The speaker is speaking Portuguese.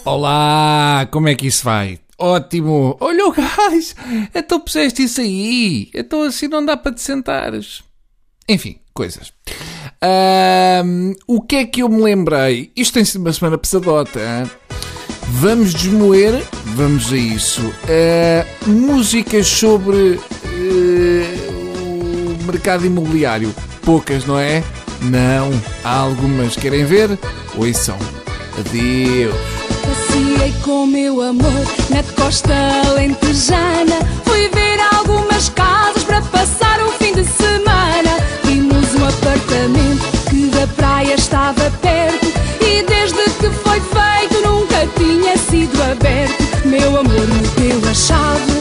Olá, como é que isso vai? Ótimo! Olha o gás! Então puseste isso aí! Então assim não dá para te sentares. Enfim, coisas. O que é que eu me lembrei? Isto tem sido uma semana pesadota, hein? Vamos desmoer, vamos a isso. Músicas sobre o mercado imobiliário. Poucas, não é? Não, há algumas. Querem ver? Ouçam. Adeus. Passeei com meu amor na costa alentejana. Fui ver algumas casas para passar o fim de semana. Vimos um apartamento que da praia estava perto e desde que foi feito nunca tinha sido aberto. Meu amor me deu a chave